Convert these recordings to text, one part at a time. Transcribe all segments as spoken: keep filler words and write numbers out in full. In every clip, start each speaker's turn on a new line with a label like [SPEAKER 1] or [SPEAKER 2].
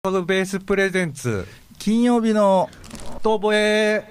[SPEAKER 1] ベースプレゼンツ
[SPEAKER 2] 金曜日の
[SPEAKER 1] 遠吠え。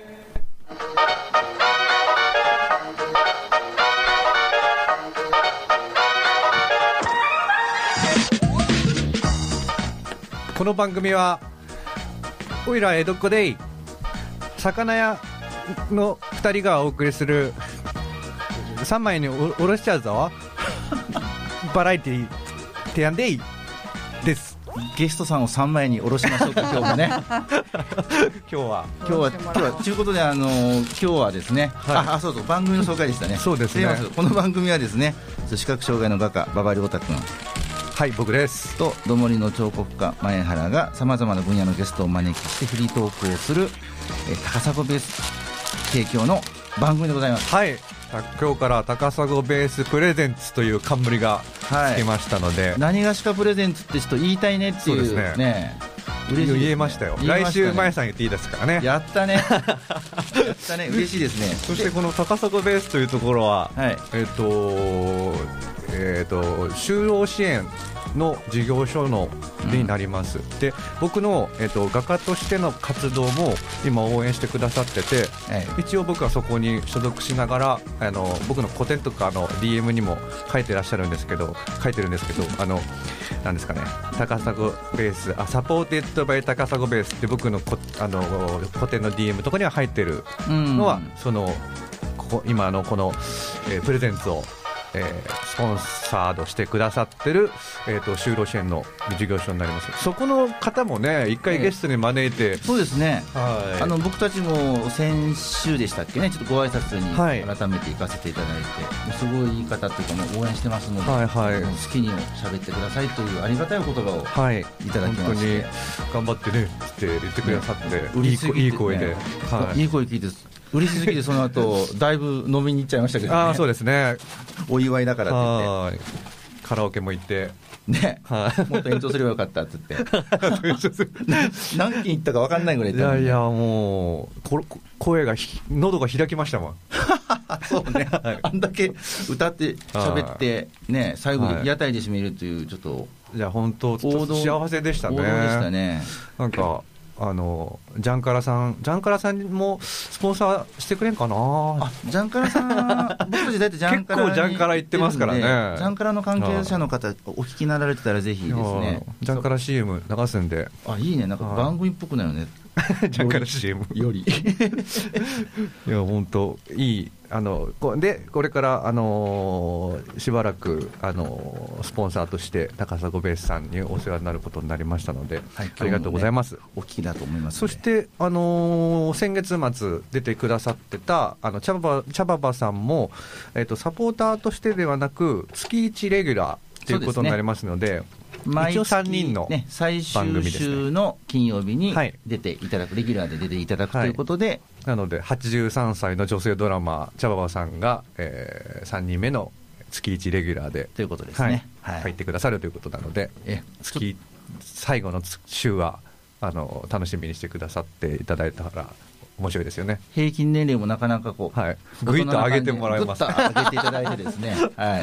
[SPEAKER 1] この番組はおいら江戸っ子でい魚屋のふたりがお送りするさんまいに お, おろしちゃうぞバラエティ提案でいです。
[SPEAKER 2] ゲストさんをさんまいに下ろしましょうか今日もね
[SPEAKER 1] 今日は
[SPEAKER 2] 今日は今日はということで、あの今日はですね、はい、ああそうそう番組の紹介でしたね。
[SPEAKER 1] そうですね。
[SPEAKER 2] この番組はですね、視覚障害の画家馬場亮太君、
[SPEAKER 1] はい僕です
[SPEAKER 2] とどもりの彫刻家前原がさまざまな分野のゲストを招きしてフリートークをする、え高砂ベース提供の番組でございます。
[SPEAKER 1] はい、今日から高砂ベースプレゼンツという冠がつきましたので、はい、
[SPEAKER 2] 何がしかプレゼンツってちょっと言いたいねっていう、
[SPEAKER 1] そうですね、
[SPEAKER 2] 嬉しいですね。
[SPEAKER 1] 言えましたよ。
[SPEAKER 2] 言えましたね。
[SPEAKER 1] 来週前さん言っていいですからね。
[SPEAKER 2] やったねやったね、嬉しいですね。
[SPEAKER 1] そしてこの高砂ベースというところは、
[SPEAKER 2] はい、
[SPEAKER 1] えっ、ー、とえっ、ー、と就労支援の事業所のになります、うん、で僕の、えー、と画家としての活動も今応援してくださってて、はい、一応僕はそこに所属しながらあの僕の個展とかの ディーエム にも書いてらっしゃるんですけど書いてるんですけどあのなんですかね、高砂ベースあサポーテッドバイ高砂ベースって僕のこあの個展の ディーエム とかには入ってるのは、うん、そのここ今のこの、えー、プレゼンツをえー、スポンサードしてくださってる、えー、と就労支援の事業所になります。そこの方もね一回ゲストに招いて、えー、
[SPEAKER 2] そうですね、はい、あの僕たちも先週でしたっけね、ちょっとご挨拶に改めて行かせていただいて、はい、すごいいい方っていうかもう応援してますので、はいはい、好きに喋ってくださいというありがたいお言葉をいただきまして、はい、本当に
[SPEAKER 1] 頑張ってねって言ってくださって、ね、
[SPEAKER 2] いい声、
[SPEAKER 1] いい声で、
[SPEAKER 2] はい、いい声聞いて嬉しすぎてその後だいぶ飲みに行っちゃいましたけどね。
[SPEAKER 1] あそうですね、
[SPEAKER 2] お祝いだからって言って
[SPEAKER 1] カラオケも行って
[SPEAKER 2] ね、もっと延長すればよかったって言って何件行ったか分かんないぐらい。
[SPEAKER 1] いやいやもうこ声が喉が開きましたもん
[SPEAKER 2] そうね、はい、あんだけ歌って喋ってね、最後に屋台で締めるというちょっと、
[SPEAKER 1] いや本当幸せでしたね。
[SPEAKER 2] 王道でしたね。
[SPEAKER 1] なんかあのジャンカラさんジャンカラさんもスポンサーしてくれんかな。
[SPEAKER 2] あジャンカラさん僕たちだってジャンカラ
[SPEAKER 1] 結構ジャンカラ行ってますからね。
[SPEAKER 2] ジャンカラの関係者の方お聞きになられてたらぜひですね、
[SPEAKER 1] ジャンカラ シーエム 流すんで。
[SPEAKER 2] あいいね、なんか番組っぽくなるね
[SPEAKER 1] ジャンカラ シーエム
[SPEAKER 2] より
[SPEAKER 1] いや本当いい。あのでこれからあのしばらくあのスポンサーとして高砂ベースさんにお世話になることになりましたので、はい、ありがとうございます、ね、
[SPEAKER 2] お聞きだと思います。
[SPEAKER 1] そしてあの先月末出てくださってたあの茶葉茶葉さんも、えーと、サポーターとしてではなく月いちレギュラーということになりますので、
[SPEAKER 2] 毎月、
[SPEAKER 1] 一応さんにんの
[SPEAKER 2] ね、最終週の金曜日に出ていただく、はい、レギュラーで出ていただくということで、はい、
[SPEAKER 1] なのではちじゅうさんさいの女性ドラマー茶葉さんが、えー、さんにんめの月いちレギュラーで
[SPEAKER 2] ということですね、
[SPEAKER 1] はいはい、入ってくださるということなので、え月最後の週はあの楽しみにしてくださっていただいたら面白いですよね。
[SPEAKER 2] 平均年齢もなかなかこう、
[SPEAKER 1] はい、ぐいっと上げてもらえます。
[SPEAKER 2] ぐっと上げていただいてですね、はい、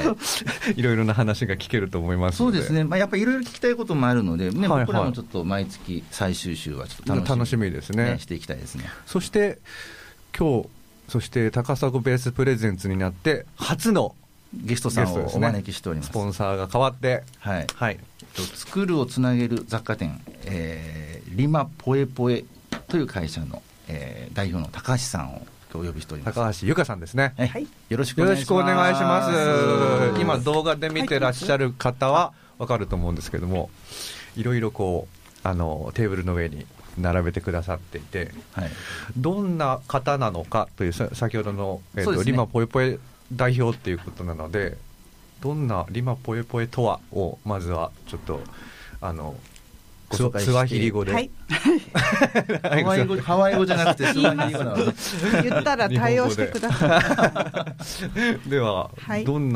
[SPEAKER 1] いろいろな話が聞けると思いますので。
[SPEAKER 2] そうですね、まあ、やっぱりいろいろ聞きたいこともあるので、ね、はいはい、僕らもちょっと毎月最終週はちょっと楽しみ、
[SPEAKER 1] 楽しみですね、
[SPEAKER 2] していきたいですね。
[SPEAKER 1] そして今日そして高砂ベースプレゼンツになって初の
[SPEAKER 2] ゲストさんをお招きしております。
[SPEAKER 1] スポンサーが変わって、はいはい、
[SPEAKER 2] 作るをつなげる雑貨店、えー、リマポエポエという会社のえー、代表の高橋さんをお呼びしております。
[SPEAKER 1] 高橋由香さんですね、
[SPEAKER 2] はい、よろしくお願いします。
[SPEAKER 1] よろしくお願いします。今動画で見てらっしゃる方は分かると思うんですけども、いろいろこうあのテーブルの上に並べてくださっていて、はい、どんな方なのかという先ほどの、えーとね、リマポエポエ代表っていうことなので、どんなリマポエポエとはをまずはちょっとあのスワヒリ語で、はい、
[SPEAKER 2] ハワイ語、ハワイ語じゃなくてスワヒリ語なので
[SPEAKER 3] 言ったら対応してください
[SPEAKER 1] では、はい、どんな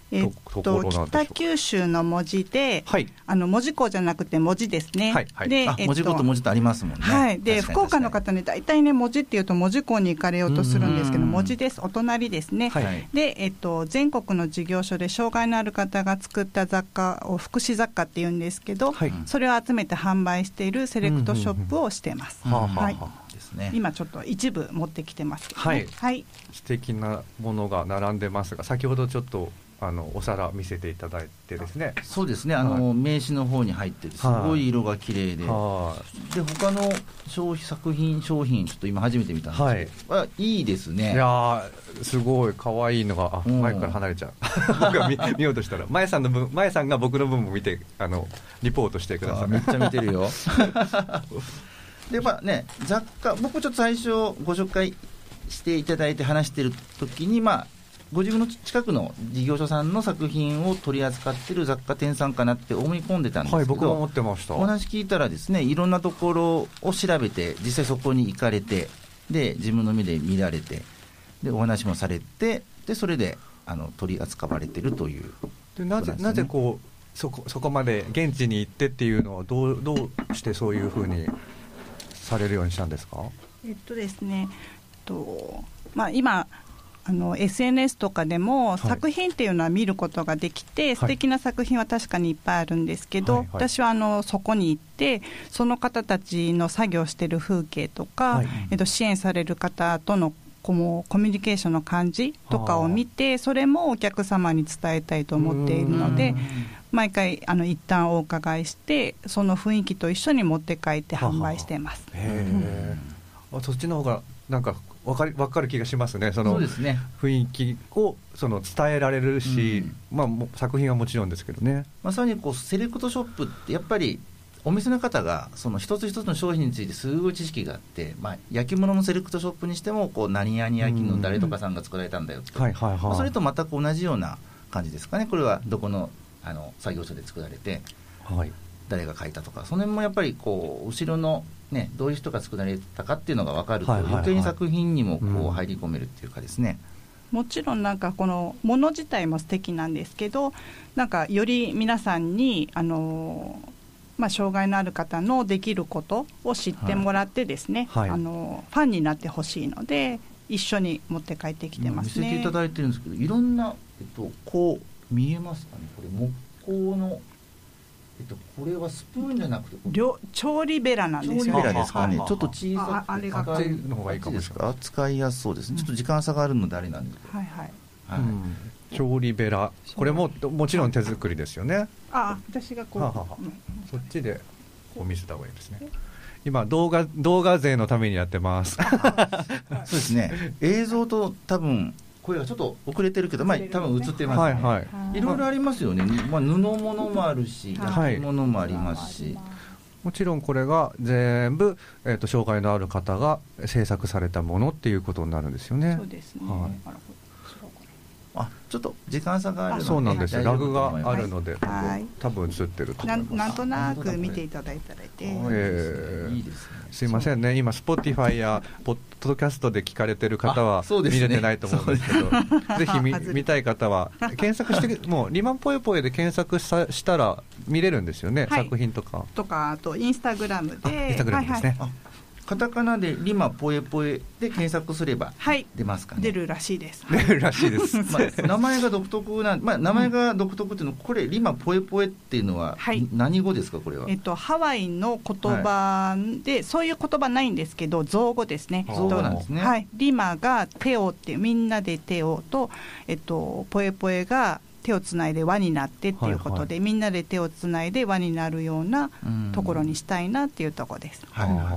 [SPEAKER 3] えっと、北九州の文字で、はい、あの門司港じゃなくて文字ですね、
[SPEAKER 2] はいはい、で、えっと、門司港と文字とありますもんね、
[SPEAKER 3] はい、で福岡の方ね大体ね文字っていうと門司港に行かれようとするんですけど、文字です、お隣ですね、はい、で、えっと、全国の事業所で障害のある方が作った雑貨を福祉雑貨っていうんですけど、はい、それを集めて販売しているセレクトショップをしています。今ちょっと一部持ってきてますけど、ね、はい、はい、
[SPEAKER 1] 素敵なものが並んでますが、先ほどちょっとあのお皿見せていただいてですね。
[SPEAKER 2] そうですね、あの、はい、名刺の方に入ってるすごい色が綺麗で、はい、で他の消費作品商品ちょっと今初めて見たんですけど、はい、いいですね。
[SPEAKER 1] いやすごい可愛いのが、あ、うん、前から離れちゃう僕が 見, 見ようとしたら前さんの分前さんが僕の分も見てあのリポートしてください。
[SPEAKER 2] めっちゃ見てるよでまあね、雑貨僕ちょっと最初ご紹介していただいて話してる時に、まあご自分の近くの事業所さんの作品を取り扱っている雑貨店さんかなって思い込んでたんですけど、はい、
[SPEAKER 1] 僕も思ってました。
[SPEAKER 2] お話聞いたらですね、いろんなところを調べて実際そこに行かれて、で自分の目で見られて、でお話もされて、でそれであの取り扱われているという
[SPEAKER 1] で、なぜ、なぜこう そ, こそこまで現地に行ってっていうのはど う, どうしてそういうふうにされるようにしたんですか？
[SPEAKER 3] えっとですね、えっとまあ、今あの エスエヌエス とかでも作品っていうのは見ることができて、はい、素敵な作品は確かにいっぱいあるんですけど、はいはい、私はあのそこに行ってその方たちの作業している風景とか、はい、えっと、支援される方とのこのコミュニケーションの感じとかを見て、それもお客様に伝えたいと思っているので、毎回あの一旦お伺いしてその雰囲気と一緒に持って帰って販売しています。
[SPEAKER 1] へー、あ、そっちの方がなんか分かる、分かる気がしますね。その雰囲気をその伝えられるし、うん、まあ、も作品はもちろんですけどね。
[SPEAKER 2] まさにこうセレクトショップってやっぱりお店の方がその一つ一つの商品についてすごい知識があって、まあ、焼き物のセレクトショップにしてもこう何々焼きの誰とかさんが作られたんだよって、まあ、それと全く同じような感じですかね。これはどこの、あの作業所で作られて、はい、誰が書いたとか、その辺もやっぱりこう後ろのね、どういう人が作られたかっていうのが分かると、はいはいはい、余計に作品にもこう入り込めるっていうかですね、
[SPEAKER 3] うん、もちろんなんかこのもの自体も素敵なんですけど、なんかより皆さんにあの、まあ、障害のある方のできることを知ってもらってですね、はいはい、あのファンになってほしいので一緒に持って帰ってきてますね。
[SPEAKER 2] 見せていただいてるんですけど、いろんな、えっと、こう見えますかね、これ木工の、えっと、これはスプーンじゃなくて
[SPEAKER 3] 調理ベラなんですよ。
[SPEAKER 2] 調理ベラですかね。ちょっと小さく
[SPEAKER 3] ああれが
[SPEAKER 1] 使いの方がいいかもしれない。
[SPEAKER 2] 使いやすそうですね。ちょっと時間差があるのであれなんですけど、
[SPEAKER 3] はいはい、
[SPEAKER 2] はい、うん、
[SPEAKER 1] 調理ベラ、これももちろん手作りですよね。
[SPEAKER 3] ああ、私がこう、ははは、
[SPEAKER 1] うん、そっちでこう見せた方がいいですね。今動画動画勢のためにやってます
[SPEAKER 2] そうですね、映像と多分声がちょっと遅れてるけど、まあ、多分映ってますね、はいはい、いろいろありますよね、まあ、布物もあるし、焼き物もありますし、はい、
[SPEAKER 1] もちろんこれが全部、えーと、障害のある方が制作されたものっていうことになるんですよね。
[SPEAKER 3] そうですね、
[SPEAKER 1] はい、
[SPEAKER 2] あ、ちょっと時間差があるので、
[SPEAKER 1] そうなんですよ、ラグがあるので、はい、多分映ってると思います。
[SPEAKER 3] な, なんとなく見ていただいたらいて、
[SPEAKER 1] えー、いいですね。すいませんね、今 Spotify やポッドキャストで聞かれてる方は見れてないと思うんですけど、ぜひ 見, 見たい方は検索してもうリマンポエポエで検索さしたら見れるんですよね、はい、作品とか
[SPEAKER 3] とか、あとインスタグラムで、
[SPEAKER 1] インスタグラムですね、はいはい、
[SPEAKER 2] カタカナでリマポエポエで検索すれば出ますかね。
[SPEAKER 3] 出るらしいです。
[SPEAKER 1] 出るらしいです。
[SPEAKER 2] まあ、名前が独特なん、まあ、名前が独特っていうのは、これリマポエポエっていうのは何語ですか、これは。
[SPEAKER 3] えっと、ハワイの言葉で、はい、そういう言葉ないんですけど、造語ですね。
[SPEAKER 2] 造語なんですね。
[SPEAKER 3] はい、リマが手をって、みんなで手をと、えっと、ポエポエが手をつないで輪になってっていうことで、はいはい、みんなで手をつないで輪になるようなところにしたいなっていうところです。
[SPEAKER 1] はいはいはい、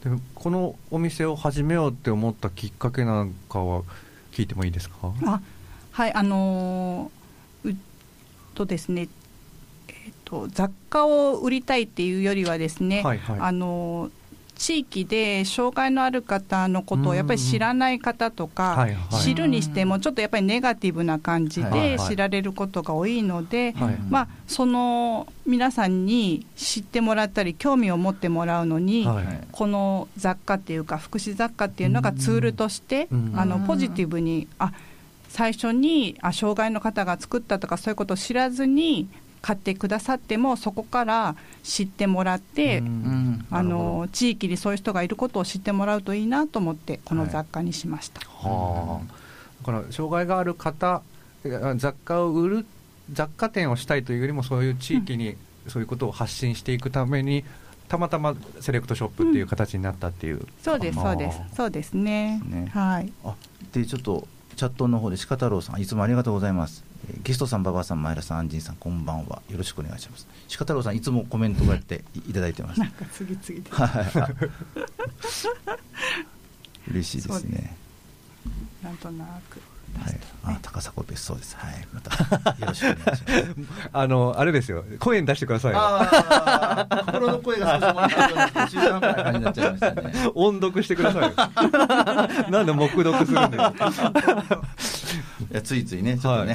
[SPEAKER 1] でこのお店を始めようって思ったきっかけなんかは聞いてもいいですか？
[SPEAKER 3] あ、はい、あのー、うとですね、えーと、雑貨を売りたいっていうよりはですね、はいはい、あのー地域で障害のある方のことをやっぱり知らない方とか、はいはい、知るにしてもちょっとやっぱりネガティブな感じで知られることが多いので、はいはい、まあ、その皆さんに知ってもらったり興味を持ってもらうのに、はい、この雑貨っていうか福祉雑貨っていうのがツールとして、あのポジティブに、あ、 最初にあ障害の方が作ったとかそういうことを知らずに買ってくださっても、そこから知ってもらって、うん、あの地域にそういう人がいることを知ってもらうといいなと思ってこの雑貨にしました。
[SPEAKER 1] はい、はあ、だから障害がある方、雑貨を売る雑貨店をしたいというよりも、そういう地域にそういうことを発信していくために、うん、たまたまセレクトショップっていう形になったっていう、うん、
[SPEAKER 3] そうですそうですそうですね。ね、はい。
[SPEAKER 2] あでちょっとチャットの方で鹿太郎さんいつもありがとうございます。ゲストさん、馬場さん、前田さん、アンジンさん、こんばんは、よろしくお願いします。鹿太郎さんいつもコメントをやっていただいてます。
[SPEAKER 3] なんか次々で
[SPEAKER 2] 嬉しいですね。
[SPEAKER 3] なんとなく、
[SPEAKER 2] はい、あ高砂別荘です。はい、またよろしくお願いします。
[SPEAKER 1] あのあれですよ、声に出してくださいよ。
[SPEAKER 2] あ心の声が少しもらった中途半端な感じになっちゃいましたね。
[SPEAKER 1] 音読してくださいよ。なんで黙読するんですか。
[SPEAKER 2] いやついついねちょっとね、はい、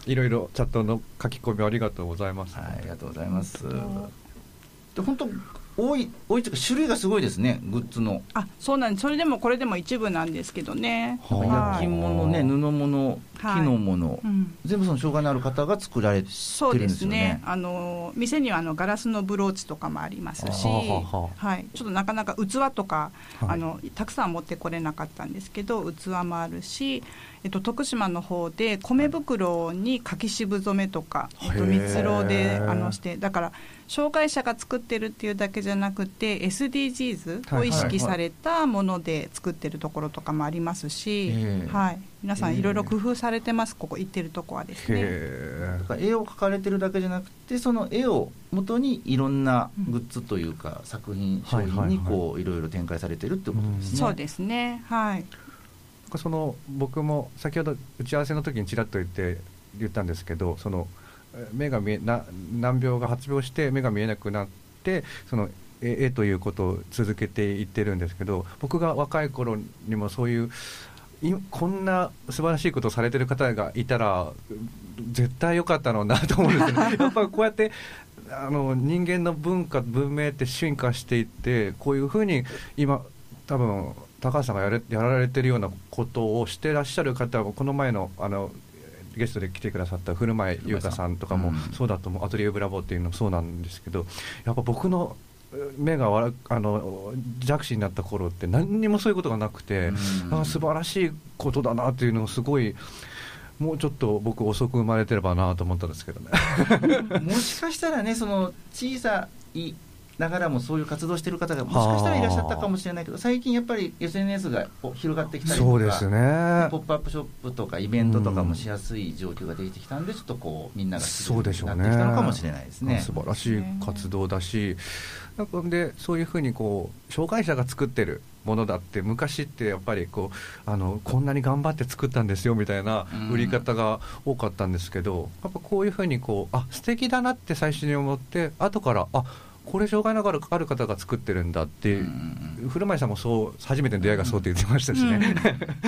[SPEAKER 1] いろいろチャットの書き込みありがとうございます。
[SPEAKER 2] はい、ありがとうございます。で本当多い多いというか種類がすごいですね、グッズの。
[SPEAKER 3] あそうなんです。それでもこれでも一部なんですけどね。
[SPEAKER 2] 焼き物ね、布物、木のもの、はい、うん、全部その障害のある方が作られてるんですよね。そうですね。
[SPEAKER 3] あの店にはあのガラスのブローチとかもありますし、はい、ちょっとなかなか器とか、はい、あのたくさん持ってこれなかったんですけど器もあるし、えっと、徳島の方で米袋に柿渋染めとか、えっと、蜜ろうであのしてだから障害者が作ってるっていうだけじゃなくて エスディージーズ を意識されたもので作ってるところとかもありますし、はい、皆さんいろいろ工夫されてます。ここ行ってるとこはですね。
[SPEAKER 2] 絵を描かれてるだけじゃなくてその絵を元にいろんなグッズというか、うん、作品商品にこういろいろ展開されてるってことですね、うん、
[SPEAKER 3] そうですね。はい。
[SPEAKER 1] その僕も先ほど打ち合わせの時にちらっと言って言ったんですけど、その目が見えな難病が発病して目が見えなくなってその絵ということを続けていってるんですけど、僕が若い頃にもそういうこんな素晴らしいことをされてる方がいたら絶対良かったのなと思うんですよね。やっぱりこうやってあの人間の文化文明って進化していって、こういうふうに今多分高橋さんがやれやられてるようなことをしてらっしゃる方は、この前のあのゲストで来てくださった古前優香さんとかもそうだと思う、うん、アトリエブラボーっていうのもそうなんですけど、やっぱ僕の目がわあの弱視になった頃って何にもそういうことがなくて、うん、素晴らしいことだなっていうのをすごい、もうちょっと僕遅く生まれてればなと思ったんですけどね。
[SPEAKER 2] もしかしたらね、その小さいながらもそういう活動している方がもしかしたらいらっしゃったかもしれないけど、最近やっぱり エスエヌエス が広がってきたりとか、
[SPEAKER 1] そうですね、
[SPEAKER 2] ポップアップショップとかイベントとかもしやすい状況ができてきたんで、ちょっとこうみんなが
[SPEAKER 1] そうでしょうね、
[SPEAKER 2] なってきたのかもしれないですね。
[SPEAKER 1] 素晴らしい活動だし、なんかでそういうふうにこう障害者が作ってるものだって、昔ってやっぱりこうあのこんなに頑張って作ったんですよみたいな売り方が多かったんですけど、やっぱこういうふうにこうあ素敵だなって最初に思って、後からあこれ障害のある方が作ってるんだって、古前さんもそう初めての出会いがそうって言ってましたしね、うんうん、そうなんです。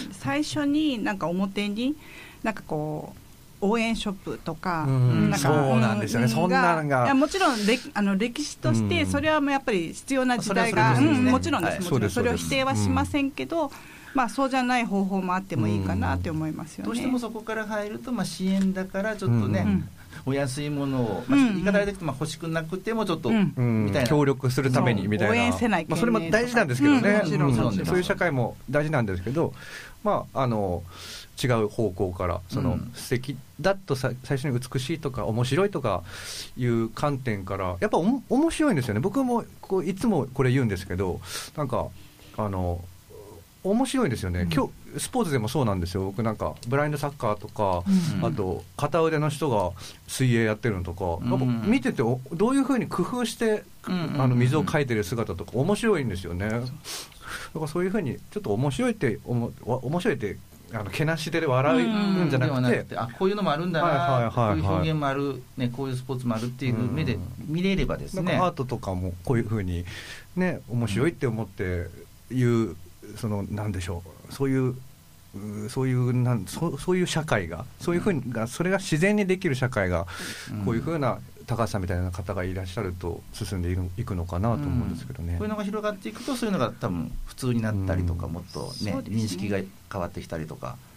[SPEAKER 3] 最初になんか表になんかこう応援ショップとか、うん、なんか
[SPEAKER 1] そうなんですよね、そんなのが
[SPEAKER 3] いやもちろん歴あの歴史としてそれはやっぱり必要な時代が、うん、もちろんです、はい、もちろんそれを否定はしませんけど、うん、まあ、そうじゃない方法もあってもいいかなって思いますよね。
[SPEAKER 2] どうしてもそこから入ると、まあ、支援だからちょっとね、うんうん、お安いものを、まあ、言い方で言うと、まあ、欲しくなくてもちょっと、うん、みたいな
[SPEAKER 1] 協力するためにみたいな、
[SPEAKER 3] 応援せない
[SPEAKER 1] まあ、それも大事なんですけどね、うん、
[SPEAKER 3] もちろんもちろん
[SPEAKER 1] そういう社会も大事なんですけど、まあ、あの違う方向からその、うん、素敵だとさ最初に美しいとか面白いとかいう観点からやっぱお面白いんですよね。僕もこういつもこれ言うんですけど、なんかあの面白いんですよね、うん、今日スポーツでもそうなんですよ。僕なんかブラインドサッカーとか、うん、あと片腕の人が水泳やってるのとか、うん、見ててどういうふうに工夫して、うん、あの水をかいてる姿とか面白いんですよね。だからそういうふうにちょっと面白いって面白いってあのけなしで笑うんじゃなく て, くて
[SPEAKER 2] あこういうのもあるんだな、はいはいはいはい、こういう表現もある、ね、こういうスポーツもあるっていう目で見れればですね、
[SPEAKER 1] なんかアートとかもこういうふうに、ね、面白いって思っていう、うん、そのなんでしょう、そういうそういうなんそそういう社会がそういうふうに、うん、それが自然にできる社会が、うん、こういうふうな高橋さんみたいな方がいらっしゃると進んでいくのかなと思うんですけどね、
[SPEAKER 2] うん、こういうのが広がっていくとそういうのが多分普通になったりとか、うん、もっと、ね、認識が変わってきたりとか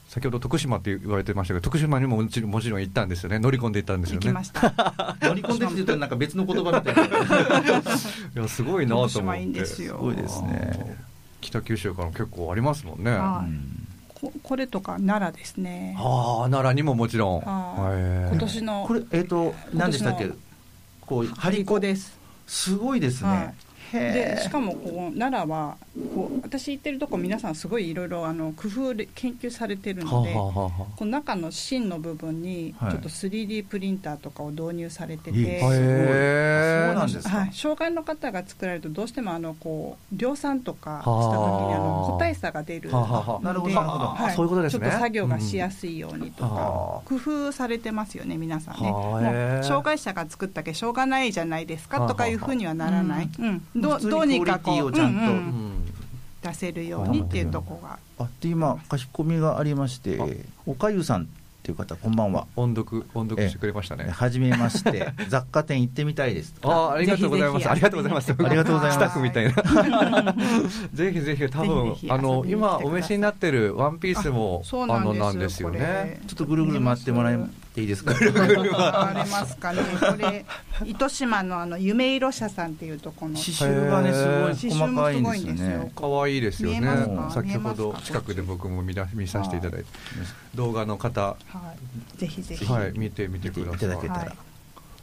[SPEAKER 1] 先ほど徳島って言われてましたけど、徳島にももちろんもちろん行ったんですよね。乗り込んで行ったんですよね。
[SPEAKER 3] 行きました
[SPEAKER 2] 乗り込んでって言ったらなんか別の言葉みたいな
[SPEAKER 1] いやすごいなと思って。
[SPEAKER 3] 徳島いいんですよ。
[SPEAKER 2] すごいですね。
[SPEAKER 1] 北九州から結構ありますもんね。
[SPEAKER 3] はい、こ, これとか奈良ですね。
[SPEAKER 1] ああ、奈良にももちろん。
[SPEAKER 3] 今年の
[SPEAKER 2] これえっ、ー、と何でしたっけ、こう
[SPEAKER 3] 張り子です。
[SPEAKER 2] すごいですね。はい、
[SPEAKER 3] でしかもここ奈良はこう私行ってるとこ皆さんすごいいろいろ工夫で研究されてるので、ははははこの中の芯の部分にちょっと スリーディー プリンターとかを導入されてて、はい、
[SPEAKER 2] へー、そうなんですか。
[SPEAKER 3] はい、障害の方が作られるとどうしてもあのこう量産とかした時にあの個体差が出るので、はははなるほど、はい、
[SPEAKER 1] そういうことですね。
[SPEAKER 3] ちょっと作業がしやすいようにとか、うん、工夫されてますよね皆さんね。もう障害者が作ったけしょうがないじゃないですかとかいうふうにはならない、うん、ど, どうにかこう、うんうん、出せるようにっていうところが。
[SPEAKER 2] あで今書き込みがありまして、おかゆさんっていう方、こんばんは。
[SPEAKER 1] 音読音読してくれましたね。
[SPEAKER 2] はじめまして雑貨店行ってみたいです。
[SPEAKER 1] あありがとうございます。ありがとうございます。
[SPEAKER 2] ありがとうございます。
[SPEAKER 1] スタッフみたいなぜひぜひ多分あの今お召しになってるワンピースもあのなんですよね。
[SPEAKER 2] ちょっとぐるぐる回ってもらっていいですか。
[SPEAKER 3] ぐるぐる回れますかね。これ糸島のあの夢色社さんっていうところの
[SPEAKER 2] 刺繍がねすごい細かいんですよね。
[SPEAKER 1] 可愛いですよね。先ほど近くで僕も 見, 見させていただいて、動画の方、はい、
[SPEAKER 3] ぜひぜひ、
[SPEAKER 1] はい、見てみてください。いただけたら、
[SPEAKER 3] はい、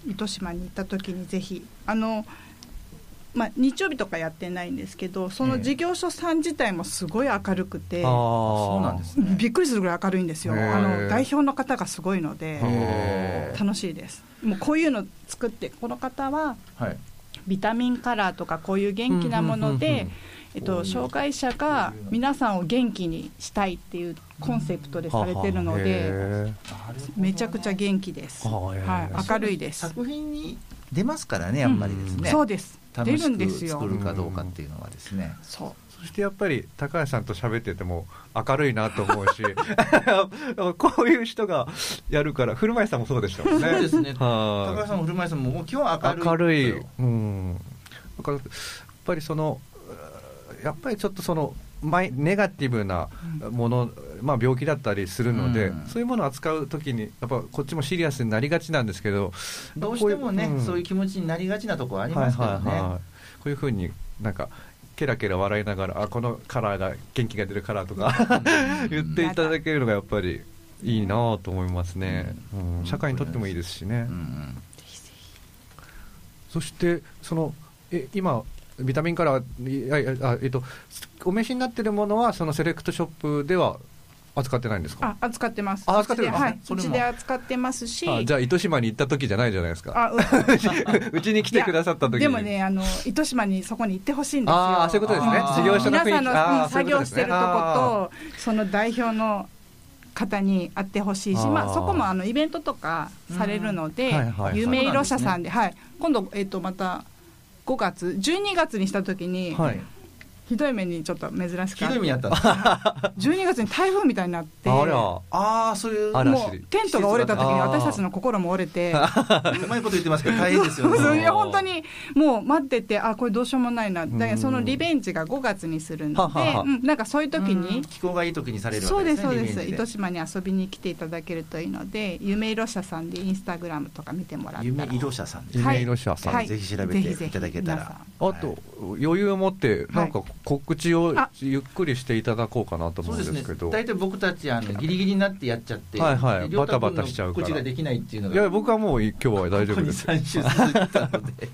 [SPEAKER 3] 糸島に行った時にぜひあの、まあ、日曜日とかやってないんですけど、その事業所さん自体もすごい明るくて、
[SPEAKER 2] あそうなんですね、
[SPEAKER 3] びっくりするぐらい明るいんですよ。あの代表の方がすごいので楽しいです。もうこういうの作って、この方は、はい、ビタミンカラーとかこういう元気なもので、うんうんうんうん、えっと、障害者が皆さんを元気にしたいっていうコンセプトでされてるので、めちゃくちゃ元気です。はい、明るいです。
[SPEAKER 2] 作品に出ますからね、やっぱりですね、
[SPEAKER 3] うん、そうです、
[SPEAKER 2] 楽しく作るかどうかっていうのはですね、
[SPEAKER 3] うん、そう。
[SPEAKER 1] そしてやっぱり高橋さんと喋ってても明るいなと思うしこういう人がやるから、古前さんもそうでしたもんね。
[SPEAKER 2] そうですね、高橋さんも古前さんももう今日は明るい、
[SPEAKER 1] 明るい、うん、だからやっぱりそのやっぱりちょっとそのネガティブなもの、まあ、病気だったりするので、うん、そういうものを扱うときにやっぱこっちもシリアスになりがちなんですけど、
[SPEAKER 2] どうしてもね、うん、そういう気持ちになりがちなところありますからね、はいはいはい、
[SPEAKER 1] こういうふうになんかケラケラ笑いながら、あこのカラーが元気が出るカラーとか言っていただけるのがやっぱりいいなと思いますね、うんうん、社会にとってもいいですしね、うんうん、そしてそのえ今ビタミンカラー、あ、えっと、お召しになっているものはそのセレクトショップでは扱ってないんですか？
[SPEAKER 3] あ、扱ってます。
[SPEAKER 1] あ、扱ってるんですね。
[SPEAKER 3] はい、うちで扱ってますし。
[SPEAKER 1] あ、じゃあ糸島に行った時じゃないじゃないですか。あ、うちに来てくださった時に。
[SPEAKER 3] でもね、あの糸島にそこに行ってほしいんですよ。
[SPEAKER 1] ああ、そういうことですね。事業所の雰囲気、
[SPEAKER 3] 皆さんの作業してるとことその代表の方に会ってほしいし、まあそこもあのイベントとかされるので、はいはい、夢色社さんで、はい、今度えっとまたごがつじゅうにがつにした時に、はい、ひどい目にちょっと珍しく
[SPEAKER 2] ひどい目にあった
[SPEAKER 3] じゅうにがつに台風みたいになって、
[SPEAKER 2] あらあそういう
[SPEAKER 3] もうテントが折れた時に私たちの心も折れて
[SPEAKER 2] うまいこと言ってますけど大変ですよね。
[SPEAKER 3] いや本当にもう待ってて、あこれどうしようもないな、だからそのリベンジがごがつにするので、はは、うん、なんかそういう時に
[SPEAKER 2] 気候がいい時にされるわけですね。
[SPEAKER 3] そうですそうです。糸島に遊びに来ていただけるといいので、夢色社さんでインスタグラムとか見てもらったら、
[SPEAKER 2] 夢色社さんです、ね、
[SPEAKER 1] 夢色社さん、
[SPEAKER 2] はい、ぜひ調べていただけたら、
[SPEAKER 1] あと余裕を持ってなんか告知をゆっくりしていただこうかなと思うんですけど、
[SPEAKER 2] 大体、ね、僕たちあのギリギリになってやっちゃって、はいはい、
[SPEAKER 1] バタバタしちゃうから
[SPEAKER 2] 告知ができないっていうのが、
[SPEAKER 1] いや僕はもう今日は大丈夫です。
[SPEAKER 2] ここにさん週続いたので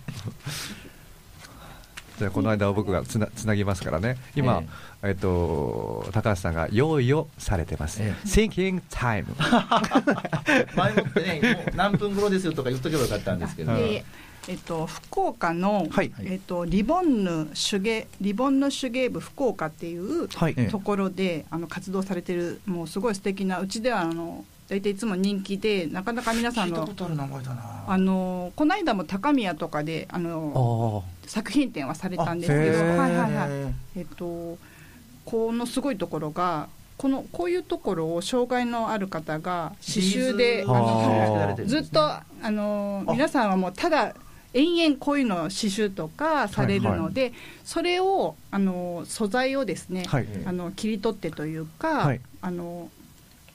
[SPEAKER 1] じゃあこの間は僕がつ な, つなぎますからね。今、えーえっと、高橋さんが用意をされてます、えー、Thinking time
[SPEAKER 2] 前もってね、もう何分頃ですよとか言っとけばよかったんですけど、
[SPEAKER 3] えっと、福岡の、はい、えっと、リボンヌ手芸リボンヌ手芸部福岡っていうところで、はい、あの活動されてる、もうすごい素敵な、うちではあの大体いつも人気で、なかなか皆さんの
[SPEAKER 2] 聞いたことある名前だな。
[SPEAKER 3] あのこの間も高宮とかであの作品展はされたんですけど、はいはいはい、えっと、このすごいところが、このこういうところを障害のある方が刺繍であのずっとあの皆さんはもうただ延々こういうのを刺繍とかされるので、はいはい、それをあの素材をですね、はい、あの切り取ってというか、はい、あの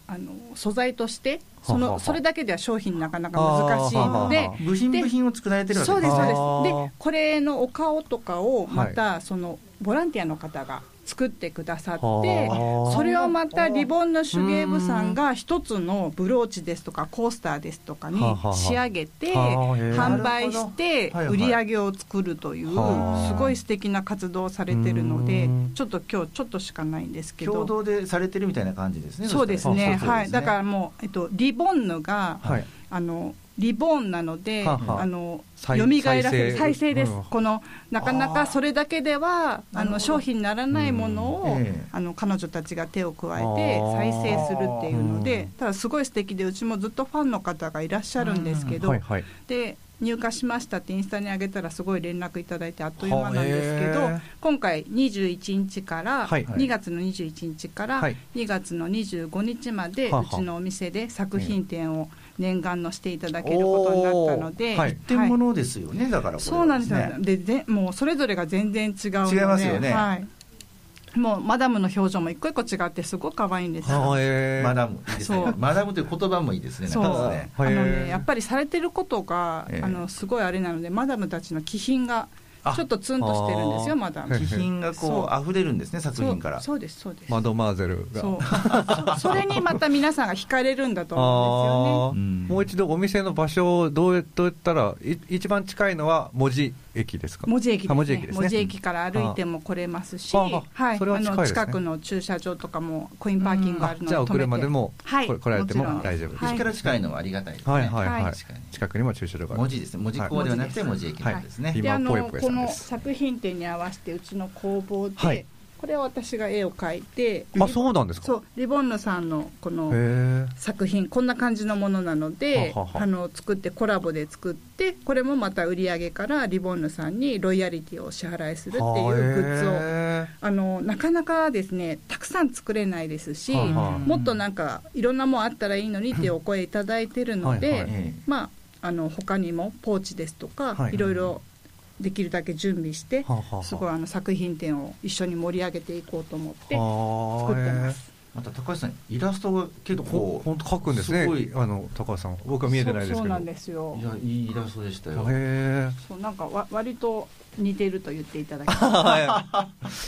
[SPEAKER 3] あの素材としてそのそれだけでは商品なかなか難しいので、
[SPEAKER 2] 部品部品を作られてるわけですね。
[SPEAKER 3] そうですそうです。でこれのお顔とかをまたそのボランティアの方が作ってくださって、それをまたリボンの手芸部さんが一つのブローチですとかコースターですとかに仕上げて販売して売り上げを作るというすごい素敵な活動をされてるので、ちょっと今日ちょっとしかないんですけど、
[SPEAKER 2] 共同でされてるみたいな感じですね。
[SPEAKER 3] そうですね、はい。だからもう、えっと、リボンヌが、はい、あのリボンなので、ははあの蘇らせる再生です、うん、このなかなかそれだけではあの商品にならないものを、えー、あの彼女たちが手を加えて再生するっていうので、ただすごい素敵で、うちもずっとファンの方がいらっしゃるんですけど、はいはい、で入荷しましたってインスタに上げたらすごい連絡いただいてあっという間なんですけど、今回にじゅういちにちから、はい、にがつのにじゅういちにちからにがつのにじゅうごにちまで、はい、うちのお店で作品展を念願のしていただけることになったので、
[SPEAKER 2] 一点物ですよね、はい、だからこれはですね、
[SPEAKER 3] そうなんですよ。ででもうそれぞれが全然違うので、
[SPEAKER 2] 違いますよね、はい、
[SPEAKER 3] もうマダムの表情も一個一個違ってすごい可愛いんですよ。
[SPEAKER 2] マダムいいですね。マダムという言葉もいいですね。
[SPEAKER 3] そうなんですね。あのね、やっぱりされてることがあのすごいあれなので、マダムたちの気品がちょっとツンとしてるんですよ。マダム
[SPEAKER 2] 気品がこう溢れるんですね、作品から。
[SPEAKER 3] そうですそうです。
[SPEAKER 1] マドマーゼルが
[SPEAKER 3] そうそれにまた皆さんが惹かれるんだと思うんですよね。
[SPEAKER 1] うん、もう一度お店の場所をどうやったらい一番近いのは門司駅ですか？
[SPEAKER 3] 門司駅ですね。
[SPEAKER 1] 門司駅ですね。
[SPEAKER 3] 門司駅から歩いても来れますし、はい、それは近いですね。あの近くの駐車場とかもコインパーキングがあるので、
[SPEAKER 1] じゃあお車でも、はい、来られても大丈夫です。
[SPEAKER 2] 駅から近いのはありがたいですね。
[SPEAKER 1] はいはいはい。近くにも駐車場がある。
[SPEAKER 2] 門司ですね。門司港ではなくて門司駅なんですね。
[SPEAKER 3] で、あのこの作品展に合わせてうちの工房で、はい、これは私が絵を描いて、
[SPEAKER 1] あ、そうなんですか。
[SPEAKER 3] そう、リボンヌさんのこの作品こんな感じのものなので、はははあの作ってコラボで作って、これもまた売り上げからリボンヌさんにロイヤリティをお支払いするっていうグッズを、あのなかなかですねたくさん作れないですし、ははもっとなんかいろんなもんあったらいいのにっていうお声いただいてるので、はいはい、まああの他にもポーチですとか、はい、いろいろできるだけ準備して、はははすごいあの作品展を一緒に盛り上げていこうと思って作ってます。
[SPEAKER 2] また高橋さんイラストが結構
[SPEAKER 1] 本当描くんですね。すごいあの高橋さん、僕は見えてないですけど。
[SPEAKER 3] そうなんですよ。
[SPEAKER 2] いや、いいイラストでしたよ。
[SPEAKER 3] へそうなんかわ割と似てると言っていただきました。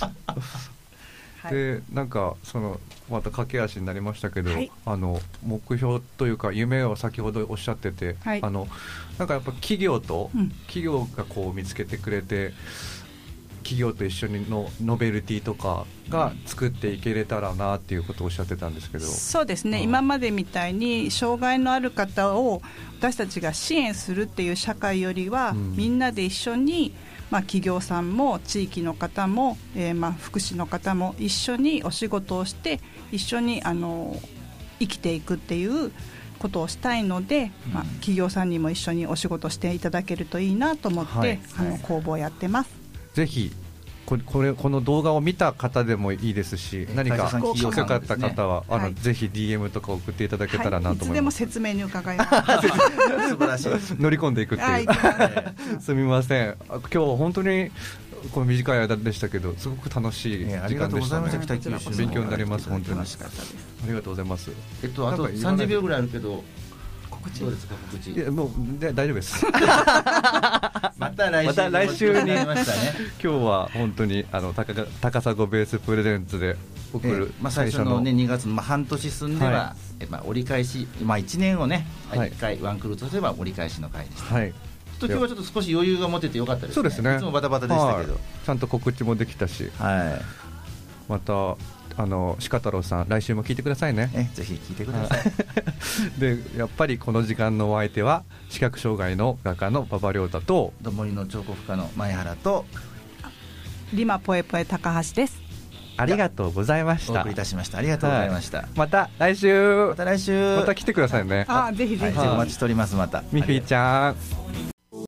[SPEAKER 1] でなんかそのまた駆け足になりましたけど、はい、あの目標というか夢を先ほどおっしゃってて、はい、あのなんかやっぱ企業と、うん、企業がこう見つけてくれて、企業と一緒にのノベルティとかが作っていけれたらなっていうことをおっしゃってたんですけど、
[SPEAKER 3] そうですね、うん、今までみたいに障害のある方を私たちが支援するっていう社会よりは、うん、みんなで一緒に、まあ、企業さんも地域の方も、えー、まあ福祉の方も一緒にお仕事をして一緒にあの生きていくっていうことをしたいので、うんまあ、企業さんにも一緒にお仕事していただけるといいなと思って、はい、あの工房をやってます。
[SPEAKER 1] ぜひこれ、これこの動画を見た方でもいいですし、何か聞きたかった方は、ね、あの、はい、ぜひ ディーエム とか送っていただけたらなと思います。はい、いつで
[SPEAKER 3] も説明に伺います。
[SPEAKER 2] 素晴らしい。
[SPEAKER 1] 乗り込んでいくっていう。すみません。今日は本当にこの短い間でしたけど、すごく楽しい時間でしたね。勉強になります。本当に。ありがとうございます。
[SPEAKER 2] えっとあとさんじゅうびょうぐらいあるけど。どうですか告知。
[SPEAKER 1] いやもうで大丈夫です。
[SPEAKER 2] また来週、また
[SPEAKER 1] 来週に、ね、今日は本当にあの 高, 高砂ベースプレゼンツで送る、
[SPEAKER 2] えーまあ、最初の、ね、にがつの、まあ、半年進んでは、はいえまあ、折り返し、まあ、いちねんをね、はい、いっかいワンクルーとすれば折り返しの回でした、はい、ちょっと今日はちょっと少し余裕が持ててよかったですね。
[SPEAKER 1] そうですね。
[SPEAKER 2] いつもバタバタでしたけど、
[SPEAKER 1] はい、ちゃんと告知もできたし、はい、またあの鹿太郎さん来週も聞いてくださいね。
[SPEAKER 2] えぜひ聞いてください。
[SPEAKER 1] でやっぱりこの時間のお相手は視覚障害の画家の馬場亮太と
[SPEAKER 2] どもりの彫刻家の前原と
[SPEAKER 3] リマポエポエ高橋です。
[SPEAKER 1] ありがとうございました。
[SPEAKER 2] お送りいたしました。ありがとうございました、はい、
[SPEAKER 1] また来週
[SPEAKER 2] また来週
[SPEAKER 1] また来てくださいね。
[SPEAKER 3] あぜひぜひ、
[SPEAKER 2] はい、お待ちしております。また
[SPEAKER 1] ミフィーちゃん